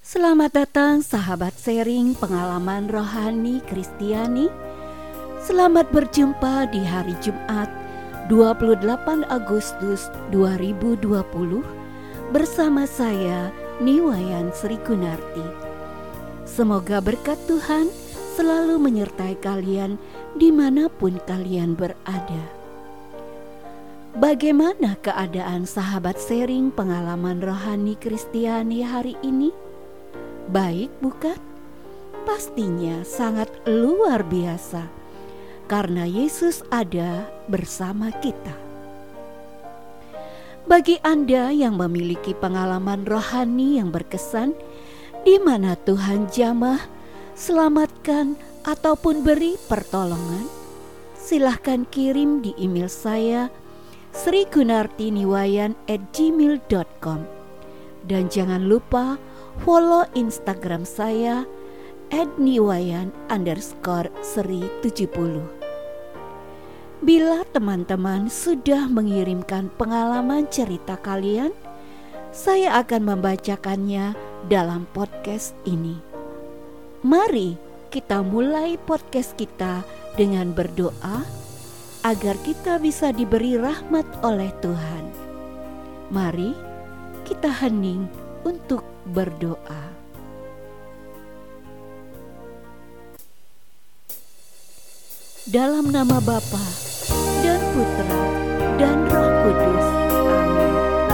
Selamat datang sahabat sharing pengalaman rohani Kristiani. Selamat berjumpa di hari Jumat 28 Agustus 2020 bersama saya Niwayan Sri Gunarti. Semoga berkat Tuhan selalu menyertai kalian dimanapun kalian berada. Bagaimana keadaan sahabat sharing pengalaman rohani Kristiani hari ini? Baik bukan? Pastinya sangat luar biasa karena Yesus ada bersama kita. Bagi Anda yang memiliki pengalaman rohani yang berkesan di mana Tuhan jamah, selamatkan ataupun beri pertolongan, silahkan kirim di email saya srigunartiniwayan@gmail.com. Dan jangan lupa follow Instagram saya @niwayan_sri70. Bila teman-teman sudah mengirimkan pengalaman cerita kalian, saya akan membacakannya dalam podcast ini. Mari kita mulai podcast kita dengan berdoa agar kita bisa diberi rahmat oleh Tuhan. Mari kita hening untuk berdoa. Dalam nama Bapa dan Putra dan Roh Kudus. Amin.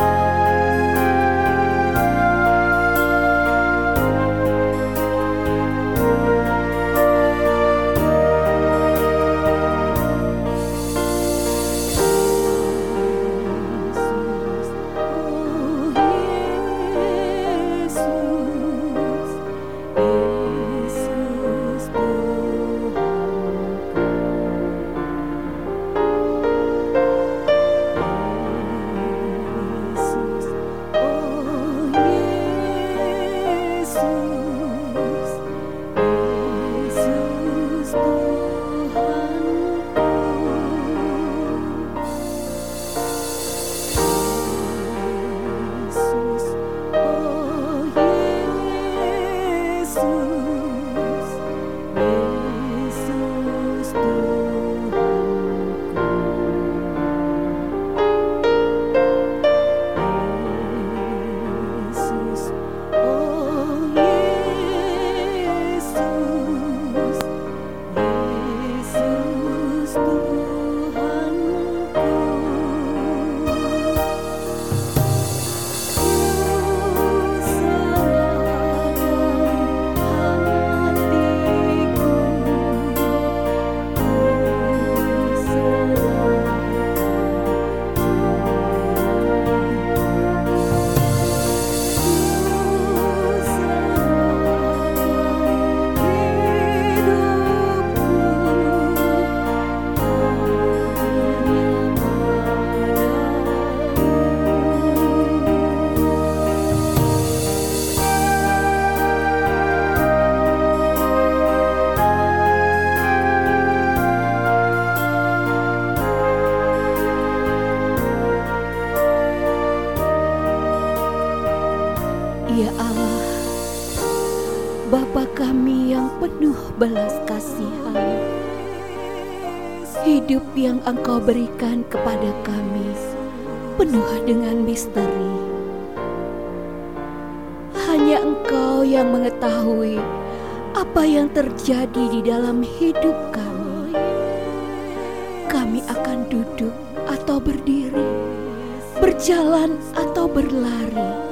Ya Allah, Bapa kami yang penuh belas kasihan, hidup yang Engkau berikan kepada kami penuh dengan misteri. Hanya Engkau yang mengetahui apa yang terjadi di dalam hidup kami. Kami akan duduk atau berdiri, berjalan atau berlari.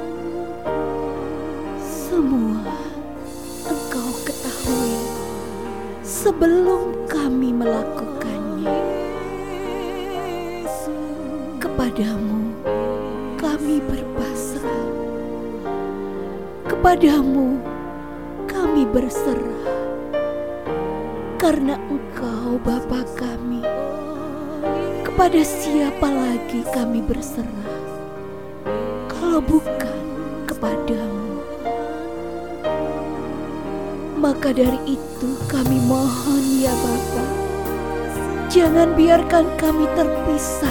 Semua Engkau ketahui sebelum kami melakukannya. Kepadamu kami berpasrah, kepadamu kami berserah, karena Engkau Bapa kami. Kepada siapa lagi kami berserah kalau bukan kepadamu? Maka dari itu kami mohon ya Bapa, jangan biarkan kami terpisah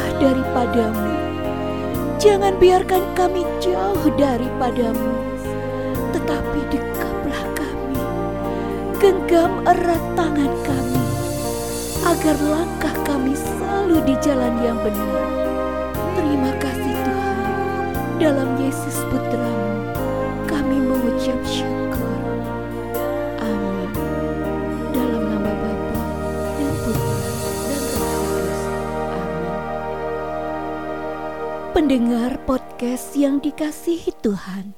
daripadamu. Jangan biarkan kami jauh daripadamu. tetapi dekaplah kami, genggam erat tangan kami, agar langkah kami selalu di jalan yang benar. Terima kasih Tuhan, dalam Yesus Putra-Mu kami mengucap syukur. Amin. Dalam nama Bapa dan Putra dan Roh Kudus. Amin. Pendengar podcast yang dikasihi Tuhan,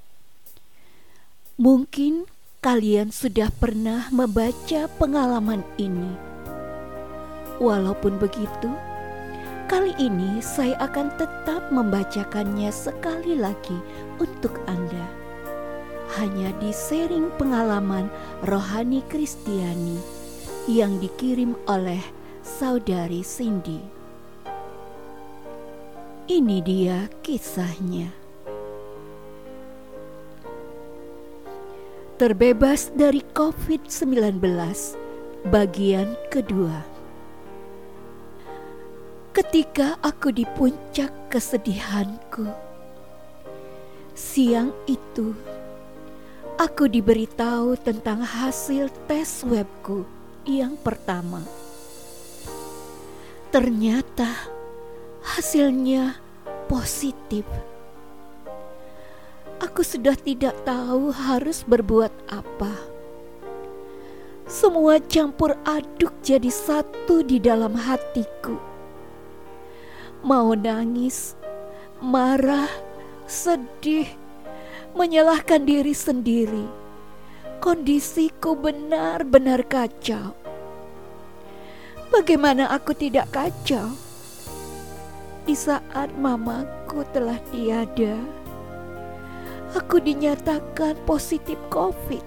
mungkin kalian sudah pernah membaca pengalaman ini. Walaupun begitu, kali ini saya akan tetap membacakannya sekali lagi untuk Anda. Hanya di sharing pengalaman rohani Kristiani yang dikirim oleh Saudari Cindy. Ini dia kisahnya. Terbebas dari COVID-19, bagian kedua. Ketika aku di puncak kesedihanku, siang itu aku diberitahu tentang hasil tes swabku yang pertama. Ternyata hasilnya positif. Aku sudah tidak tahu harus berbuat apa. Semua campur aduk jadi satu di dalam hatiku. Mau nangis, marah, sedih, menyalahkan diri sendiri. Kondisiku benar-benar kacau. Bagaimana aku tidak kacau? Di saat mamaku telah tiada, aku dinyatakan positif COVID.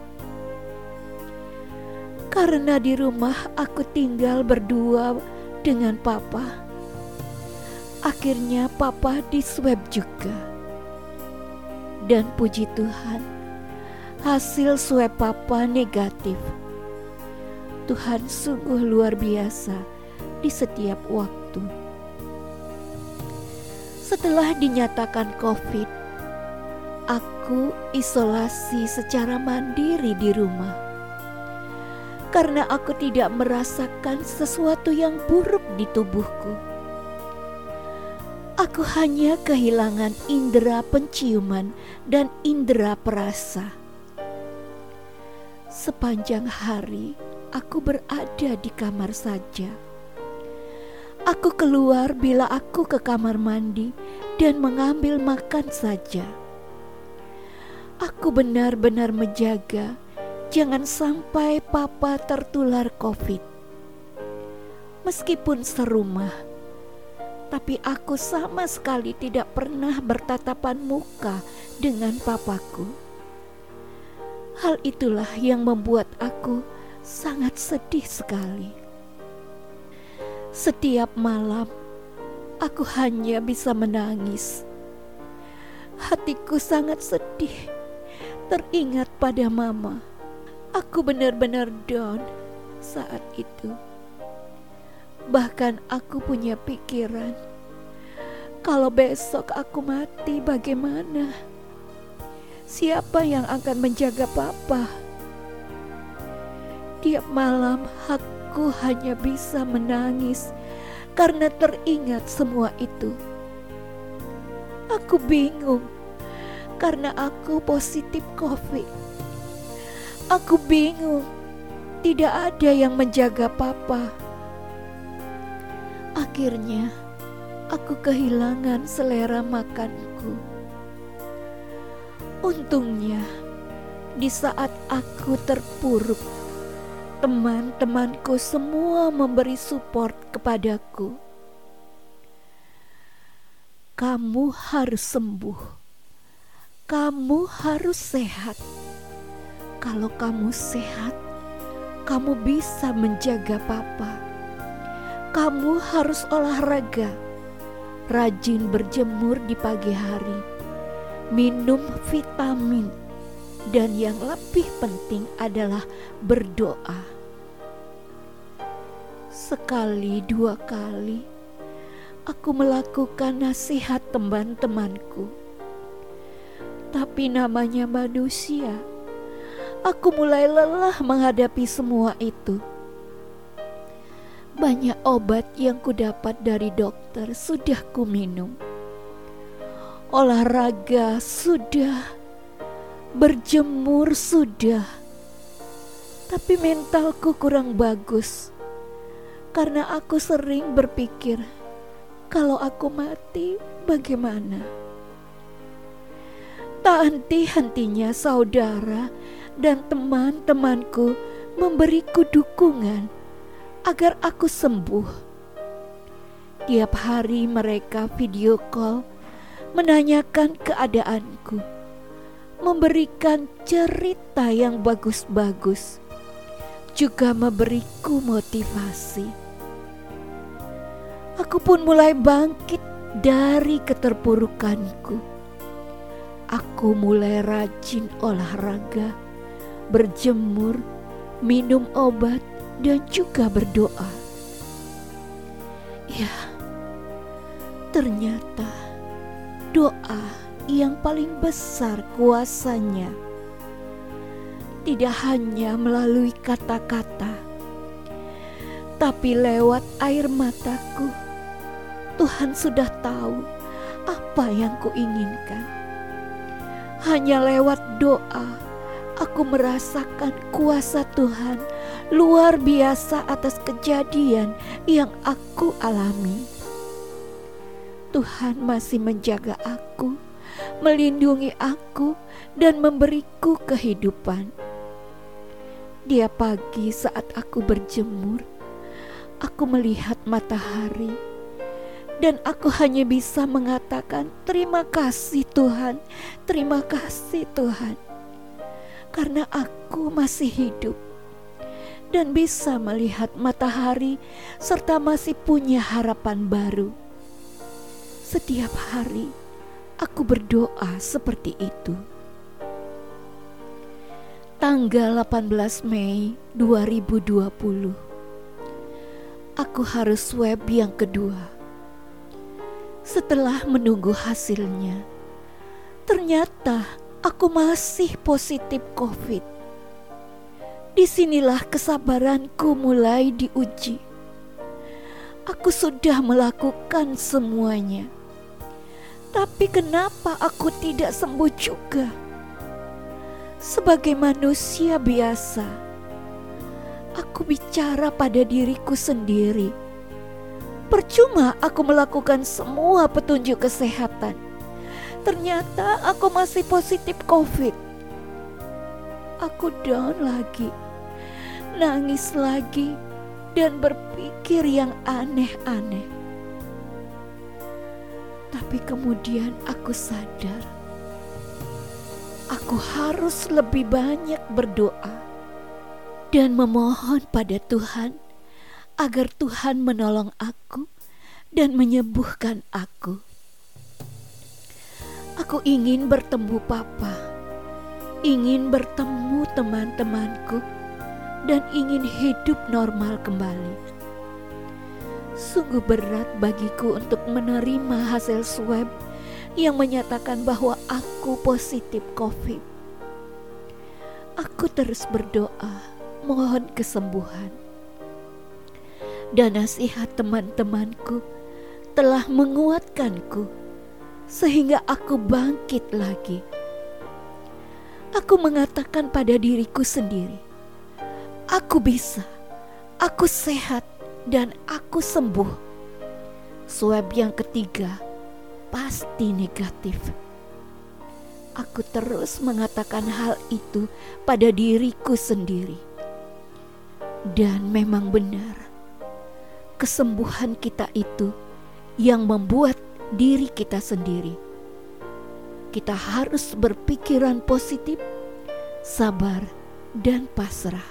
Karena di rumah aku tinggal berdua dengan papa. Akhirnya papa diswab juga. Dan puji Tuhan, hasil swab papa negatif. Tuhan sungguh luar biasa di setiap waktu. Setelah dinyatakan COVID, aku isolasi secara mandiri di rumah. Karena aku tidak merasakan sesuatu yang buruk di tubuhku. Aku hanya kehilangan indera penciuman dan indera perasa. Sepanjang hari aku berada di kamar saja. Aku keluar bila aku ke kamar mandi dan mengambil makan saja. Aku benar-benar menjaga jangan sampai papa tertular COVID. Meskipun serumah, tapi aku sama sekali tidak pernah bertatapan muka dengan papaku. Hal itulah yang membuat aku sangat sedih sekali. Setiap malam, aku hanya bisa menangis. Hatiku sangat sedih, teringat pada mama. Aku benar-benar down saat itu. Bahkan aku punya pikiran, kalau besok aku mati bagaimana? Siapa yang akan menjaga papa? Tiap malam aku hanya bisa menangis karena teringat semua itu. Aku bingung karena aku positif COVID. Aku bingung, tidak ada yang menjaga papa. Akhirnya, aku kehilangan selera makanku. Untungnya, di saat aku terpuruk, teman-temanku semua memberi support kepadaku. Kamu harus sembuh. Kamu harus sehat. Kalau kamu sehat, kamu bisa menjaga papa. Kamu harus olahraga, rajin berjemur di pagi hari, minum vitamin, dan yang lebih penting adalah berdoa. Sekali dua kali, aku melakukan nasihat teman-temanku. Tapi namanya manusia, aku mulai lelah menghadapi semua itu. Banyak obat yang kudapat dari dokter sudah kuminum. Olahraga sudah, berjemur sudah. Tapi mentalku kurang bagus. Karena aku sering berpikir, kalau aku mati bagaimana? Tak henti-hentinya saudara dan teman-temanku memberiku dukungan agar aku sembuh. Tiap hari mereka video call menanyakan keadaanku, memberikan cerita yang bagus-bagus, juga memberiku motivasi. Aku pun mulai bangkit dari keterpurukanku. Aku mulai rajin olahraga, berjemur, minum obat, dan juga berdoa. Ya, ternyata doa yang paling besar kuasanya tidak hanya melalui kata-kata, tapi lewat air mataku. Tuhan sudah tahu apa yang kuinginkan. Hanya lewat doa aku merasakan kuasa Tuhan luar biasa atas kejadian yang aku alami. Tuhan masih menjaga aku, melindungi aku, dan memberiku kehidupan. Dia pagi saat aku berjemur, aku melihat matahari, dan aku hanya bisa mengatakan terima kasih Tuhan, terima kasih Tuhan. Karena aku masih hidup dan bisa melihat matahari serta masih punya harapan baru. Setiap hari aku berdoa seperti itu. Tanggal 18 Mei 2020, aku harus swab yang kedua. Setelah menunggu hasilnya, ternyata aku masih positif COVID. Disinilah kesabaranku mulai diuji. Aku sudah melakukan semuanya, tapi kenapa aku tidak sembuh juga? Sebagai manusia biasa, aku bicara pada diriku sendiri. Percuma aku melakukan semua petunjuk kesehatan. Ternyata aku masih positif COVID. Aku down lagi, nangis lagi, dan berpikir yang aneh-aneh. Tapi kemudian aku sadar, aku harus lebih banyak berdoa dan memohon pada Tuhan agar Tuhan menolong aku dan menyembuhkan aku. Aku ingin bertemu Papa, ingin bertemu teman-temanku, dan ingin hidup normal kembali. Sungguh berat bagiku untuk menerima hasil swab yang menyatakan bahwa aku positif COVID. Aku terus berdoa, mohon kesembuhan. Dan nasihat teman-temanku telah menguatkanku sehingga aku bangkit lagi. Aku mengatakan pada diriku sendiri, aku bisa, aku sehat, dan aku sembuh. Swab yang ketiga pasti negatif. Aku terus mengatakan hal itu pada diriku sendiri. Dan memang benar, kesembuhan kita itu yang membuat diri kita sendiri. Kita harus berpikiran positif, sabar, dan pasrah.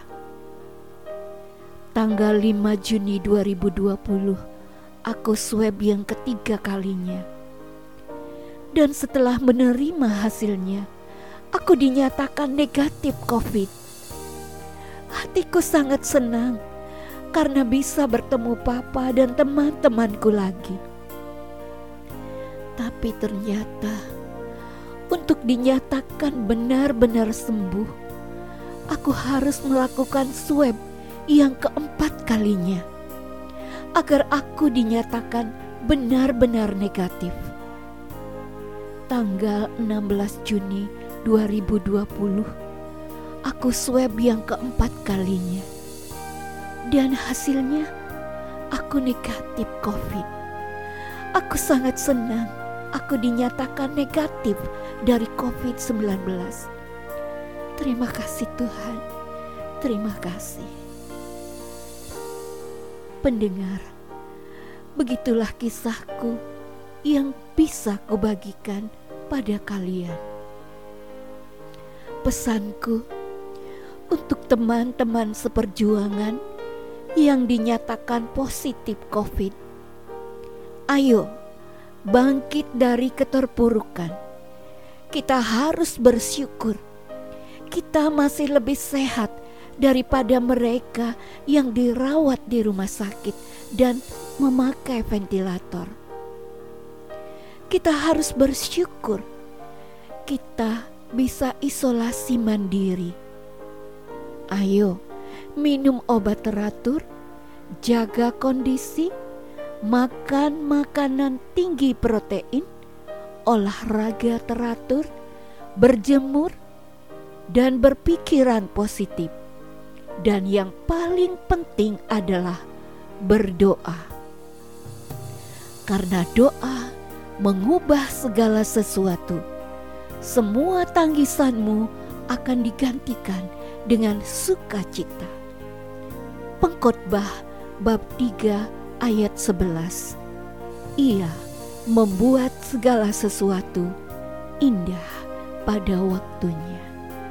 Tanggal 5 Juni 2020, aku swab yang ketiga kalinya. Dan setelah menerima hasilnya, aku dinyatakan negatif COVID. Hatiku sangat senang karena bisa bertemu Papa dan teman-temanku lagi. Tapi ternyata untuk dinyatakan benar-benar sembuh, aku harus melakukan swab yang keempat kalinya agar aku dinyatakan benar-benar negatif. Tanggal 16 Juni 2020, aku swab yang keempat kalinya. Dan hasilnya, aku negatif COVID. Aku sangat senang aku dinyatakan negatif dari COVID-19. Terima kasih Tuhan, terima kasih. Pendengar, begitulah kisahku yang bisa kubagikan pada kalian. Pesanku untuk teman-teman seperjuangan yang dinyatakan positif COVID, ayo bangkit dari keterpurukan. Kita harus bersyukur kita masih lebih sehat daripada mereka yang dirawat di rumah sakit dan memakai ventilator. Kita harus bersyukur kita bisa isolasi mandiri. Ayo, minum obat teratur, jaga kondisi, makan makanan tinggi protein, olahraga teratur, berjemur, dan berpikiran positif. Dan yang paling penting adalah berdoa. Karena doa mengubah segala sesuatu. Semua tangisanmu akan digantikan dengan sukacita. Pengkhotbah bab 3 ayat 11. Ia membuat segala sesuatu indah pada waktunya.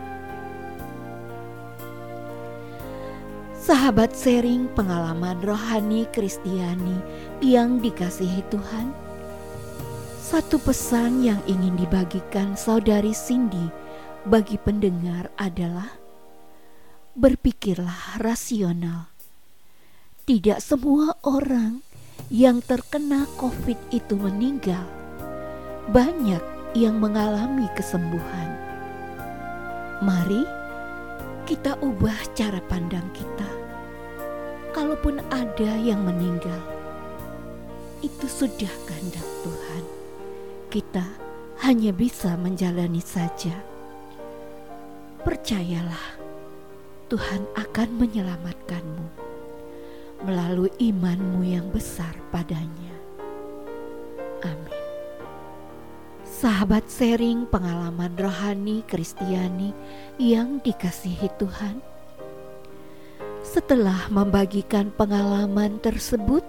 Sahabat sharing pengalaman rohani Kristiani yang dikasihi Tuhan, satu pesan yang ingin dibagikan saudari Cindy bagi pendengar adalah berpikirlah rasional. Tidak semua orang yang terkena COVID itu meninggal. Banyak yang mengalami kesembuhan. Mari kita ubah cara pandang kita. Kalaupun ada yang meninggal, itu sudah kehendak Tuhan. Kita hanya bisa menjalani saja. Percayalah, Tuhan akan menyelamatkanmu melalui imanmu yang besar padanya. Amin. Sahabat sharing pengalaman rohani Kristiani yang dikasihi Tuhan, setelah membagikan pengalaman tersebut,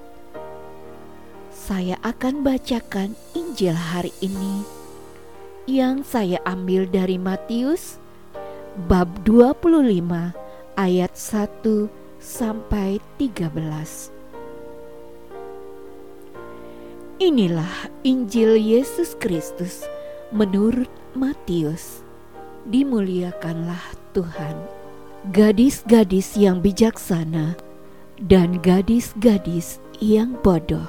saya akan bacakan Injil hari ini yang saya ambil dari Matius bab 25 ayat 1 sampai 13. Inilah Injil Yesus Kristus menurut Matius. Dimuliakanlah Tuhan. Gadis-gadis yang bijaksana dan gadis-gadis yang bodoh.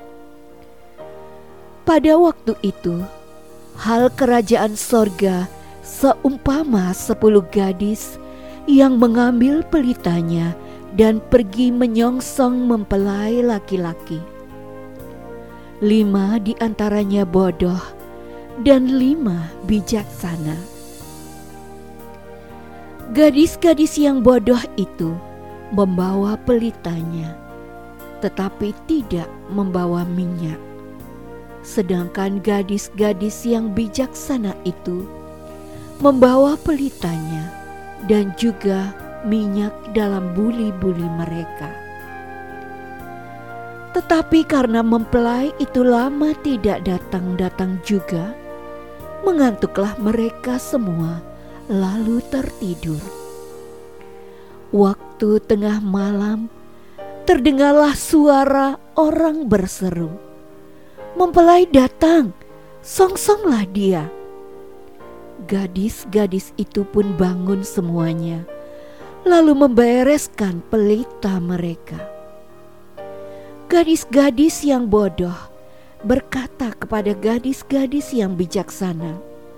Pada waktu itu, hal kerajaan sorga seumpama 10 gadis yang mengambil pelitanya dan pergi menyongsong mempelai laki-laki. 5 di antaranya bodoh dan 5 bijaksana. Gadis-gadis yang bodoh itu membawa pelitanya, tetapi tidak membawa minyak. Sedangkan gadis-gadis yang bijaksana itu membawa pelitanya dan juga minyak dalam buli-buli mereka. Tetapi karena mempelai itu lama tidak datang-datang juga, mengantuklah mereka semua lalu tertidur. Waktu tengah malam terdengarlah suara orang berseru, "Mempelai datang, songsonglah dia." Gadis-gadis itu pun bangun semuanya, lalu membereskan pelita mereka. Gadis-gadis yang bodoh berkata kepada gadis-gadis yang bijaksana,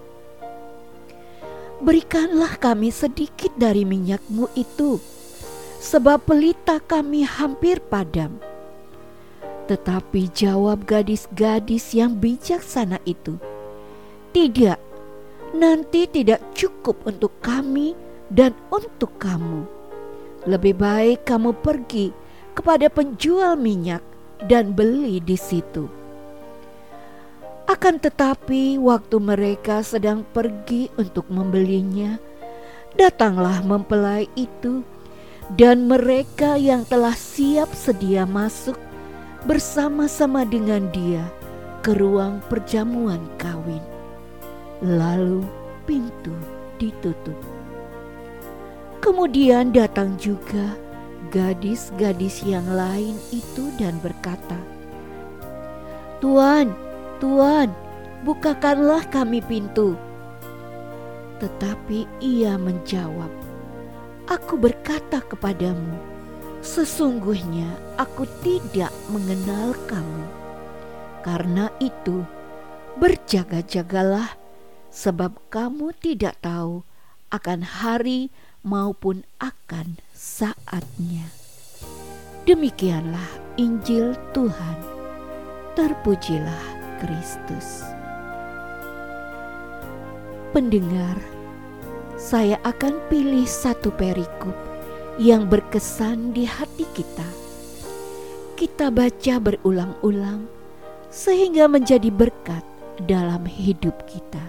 berikanlah kami sedikit dari minyak-Mu itu, sebab pelita kami hampir padam." Tetapi jawab gadis-gadis yang bijaksana itu, "Tidak, nanti tidak cukup untuk kami dan untuk kamu. Lebih baik kamu pergi kepada penjual minyak dan beli di situ." Akan tetapi waktu mereka sedang pergi untuk membelinya, datanglah mempelai itu, dan mereka yang telah siap sedia masuk bersama-sama dengan dia ke ruang perjamuan kawin. Lalu pintu ditutup. Kemudian datang juga gadis-gadis yang lain itu dan berkata, "Tuan, Tuan, bukakanlah kami pintu." Tetapi ia menjawab, "Aku berkata kepadamu, sesungguhnya aku tidak mengenal kamu. Karena itu, berjaga-jagalah, sebab kamu tidak tahu akan hari maupun akan saatnya." Demikianlah Injil Tuhan. Terpujilah Kristus. Pendengar, saya akan pilih satu perikop yang berkesan di hati kita. Kita baca berulang-ulang sehingga menjadi berkat dalam hidup kita.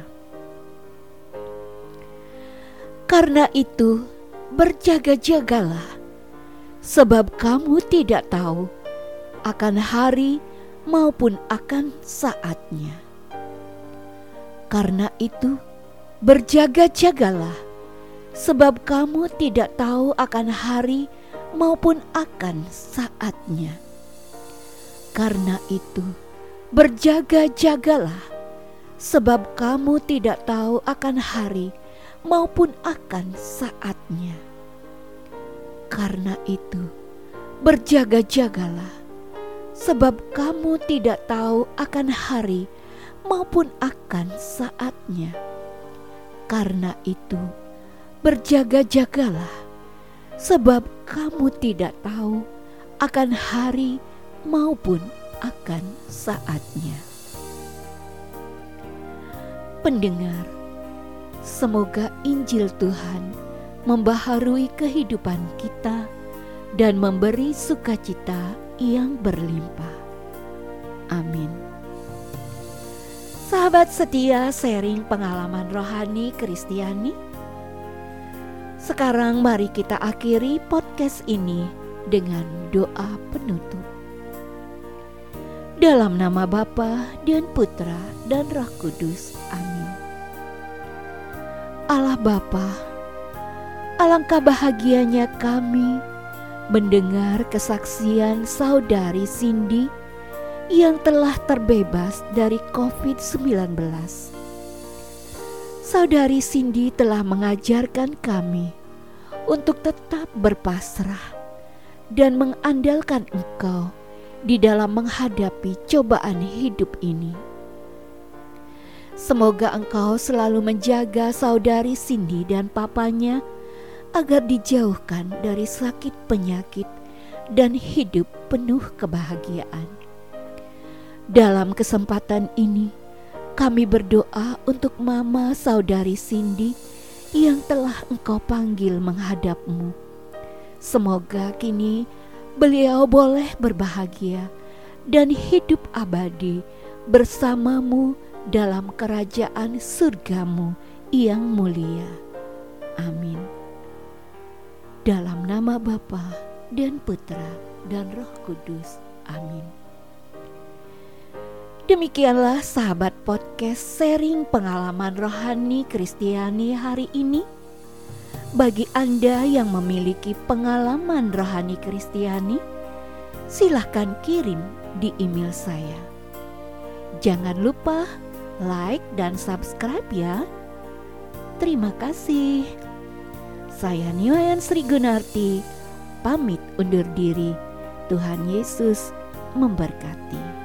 Karena itu, berjaga-jagalah, sebab kamu tidak tahu akan hari maupun akan saatnya. Karena itu, berjaga-jagalah, sebab kamu tidak tahu akan hari maupun akan saatnya. Karena itu, berjaga-jagalah, sebab kamu tidak tahu akan hari maupun akan saatnya. Karena itu, berjaga-jagalah, sebab kamu tidak tahu akan hari maupun akan saatnya. Karena itu, berjaga-jagalah, sebab kamu tidak tahu akan hari maupun akan saatnya. Pendengar, semoga Injil Tuhan membaharui kehidupan kita dan memberi sukacita yang berlimpah. Amin. Sahabat setia sharing pengalaman rohani Kristiani, sekarang mari kita akhiri podcast ini dengan doa penutup. Dalam nama Bapa dan Putra dan Roh Kudus. Amin. Allah Bapa, alangkah bahagianya kami mendengar kesaksian saudari Cindy yang telah terbebas dari COVID-19. Saudari Cindy telah mengajarkan kami untuk tetap berpasrah dan mengandalkan Engkau di dalam menghadapi cobaan hidup ini. Semoga Engkau selalu menjaga saudari Cindy dan papanya agar dijauhkan dari sakit penyakit dan hidup penuh kebahagiaan. Dalam kesempatan ini, kami berdoa untuk Mama saudari Cindy yang telah Engkau panggil menghadap-Mu. Semoga kini beliau boleh berbahagia dan hidup abadi bersama-Mu dalam kerajaan surga-Mu yang mulia. Amin. Dalam nama Bapa dan Putra dan Roh Kudus. Amin. Demikianlah sahabat podcast sharing pengalaman rohani Kristiani hari ini. Bagi Anda yang memiliki pengalaman rohani Kristiani, silahkan kirim di email saya. Jangan lupa like dan subscribe ya. Terima kasih. Saya Niwayan Sri Gunarti, pamit undur diri. Tuhan Yesus memberkati.